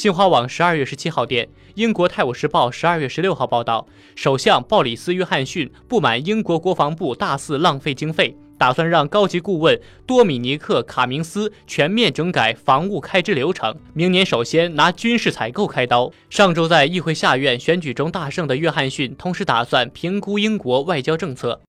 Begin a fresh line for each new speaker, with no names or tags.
新华网12月17号电，英国《泰晤士报》12月16号报道，首相鲍里斯·约翰逊不满英国国防部大肆浪费经费，打算让高级顾问多米尼克·卡明斯全面整改防务开支流程，明年首先拿军事采购开刀。上周在议会下院选举中大胜的约翰逊，同时打算评估英国外交政策。